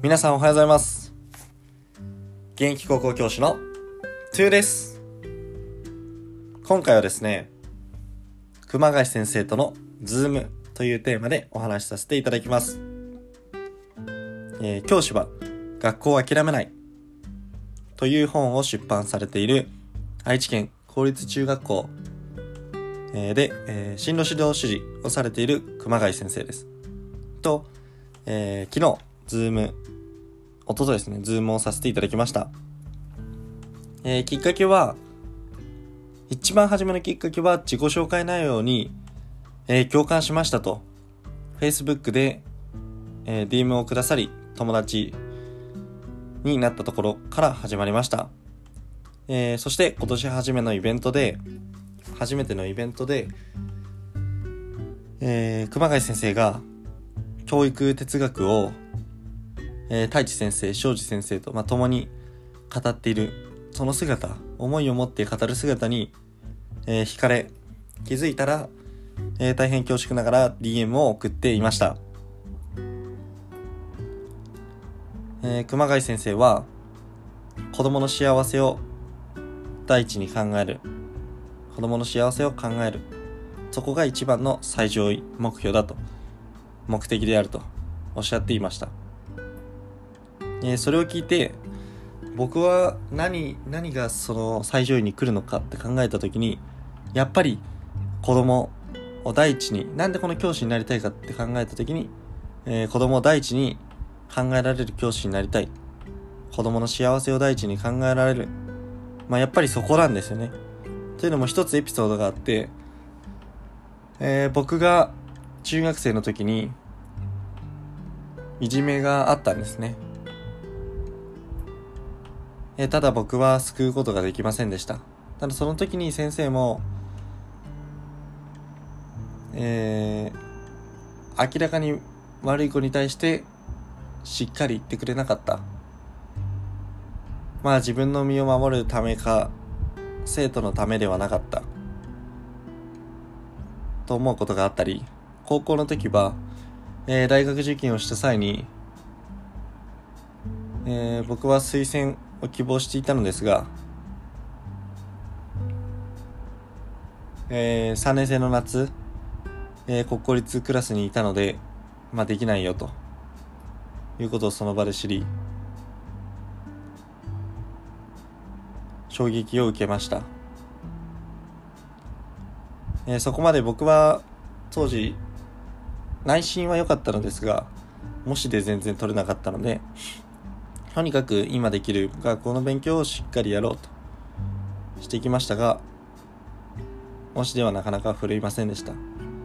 皆さんおはようございます。現役高校教師のトゥーです。今回はですね、熊谷先生とのズームというテーマでお話しさせていただきます。教師は学校を諦めないという本を出版されている愛知県公立中学校で進路指導主事をされている熊谷先生ですと、昨日一昨日ですね、ズームをさせていただきました。きっかけは、一番初めのきっかけは自己紹介内容に、共感しましたと Facebook で、DM をくださり友達になったところから始まりました。そして今年初めてのイベントで、熊谷先生が教育哲学を太一先生、庄司先生と、共に語っているその姿、思いを持って語る姿に、惹かれ、気づいたら、大変恐縮ながら DM を送っていました。熊谷先生は子供の幸せを第一に考える、そこが一番の最上位目標だと、目的であるとおっしゃっていました。それを聞いて僕は何がその最上位に来るのかって考えた時に、やっぱり子供を第一に、なんでこの教師になりたいかって考えた時に、子供を第一に考えられる教師になりたい、子供の幸せを第一に考えられる、やっぱりそこなんですよね。というのも一つエピソードがあって、僕が中学生の時にいじめがあったんですね。ただ僕は救うことができませんでした。ただその時に先生も、明らかに悪い子に対してしっかり言ってくれなかった。自分の身を守るためか、生徒のためではなかったと思うことがあったり、高校の時は、大学受験をした際に、僕は推薦を希望していたのですが、3年生の夏、国公立クラスにいたので、できないよということをその場で知り、衝撃を受けました。そこまで僕は当時内心は良かったのですが、模試で全然取れなかったので、とにかく今できる学校の勉強をしっかりやろうとしていきましたが、模試ではなかなか振るいませんでした。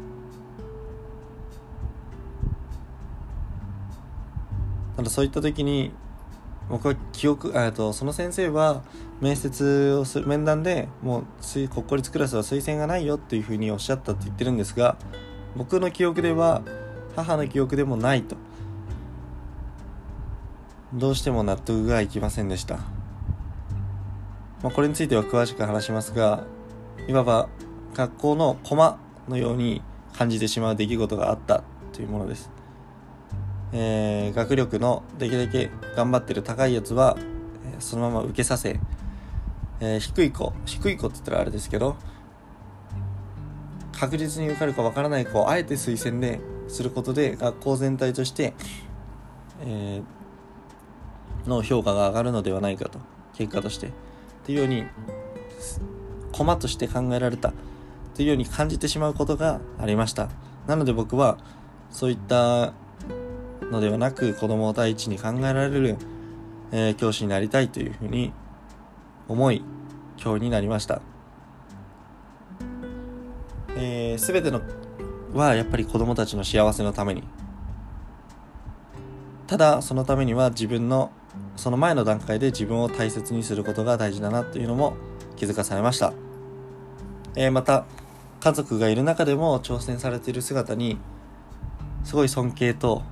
ただそういった時に僕はその先生は面談でもう国公立クラスは推薦がないよっていうふうにおっしゃったって言ってるんですが、僕の記憶では、母の記憶でもないと、どうしても納得がいきませんでした。これについては詳しく話しますが、いわば学校の駒のように感じてしまう出来事があったというものです。学力のできるだけ頑張ってる高いやつは、そのまま受けさせ、低い子って言ったらあれですけど、確実に受かるかわからない子をあえて推薦ですることで、学校全体として、の評価が上がるのではないかと、結果としてっていうように駒として考えられたというように感じてしまうことがありました。なので僕はそういったのではなく、子供を第一に考えられる、教師になりたいというふうに思い、教員になりました。全てのはやっぱり子供たちの幸せのために、ただそのためにはその前の段階で自分を大切にすることが大事だなというのも気づかされました。また家族がいる中でも挑戦されている姿にすごい尊敬と、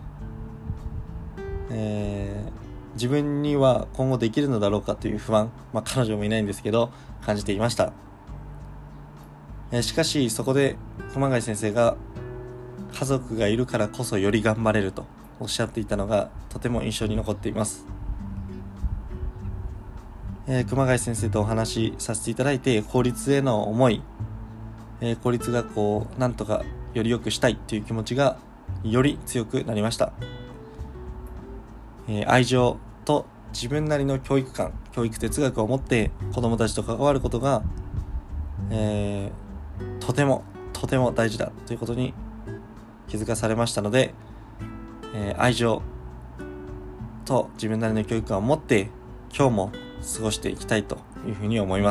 自分には今後できるのだろうかという不安、彼女もいないんですけど感じていました。しかしそこで熊谷先生が、家族がいるからこそより頑張れるとおっしゃっていたのがとても印象に残っています。熊谷先生とお話しさせていただいて、公立への思い、公立学校をなんとかより良くしたいという気持ちがより強くなりました。愛情と自分なりの教育観、教育哲学を持って子どもたちと関わることが、とても大事だということに気づかされましたので、愛情と自分なりの教育観を持って今日も過ごしていきたいというふうに思います。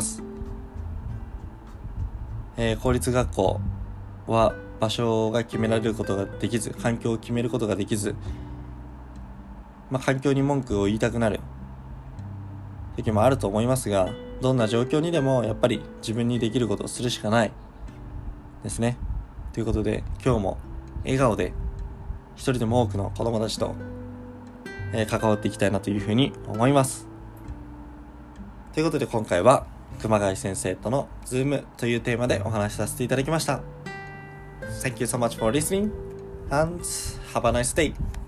公立学校は場所が決められることができず、環境を決めることができず、環境に文句を言いたくなる時もあると思いますが、どんな状況にでもやっぱり自分にできることをするしかないですね。ということで今日も笑顔で一人でも多くの子どもたちと、関わっていきたいなというふうに思います。ということで今回は熊谷先生との Zoom というテーマでお話しさせていただきました。Thank you so much for listening and have a nice day.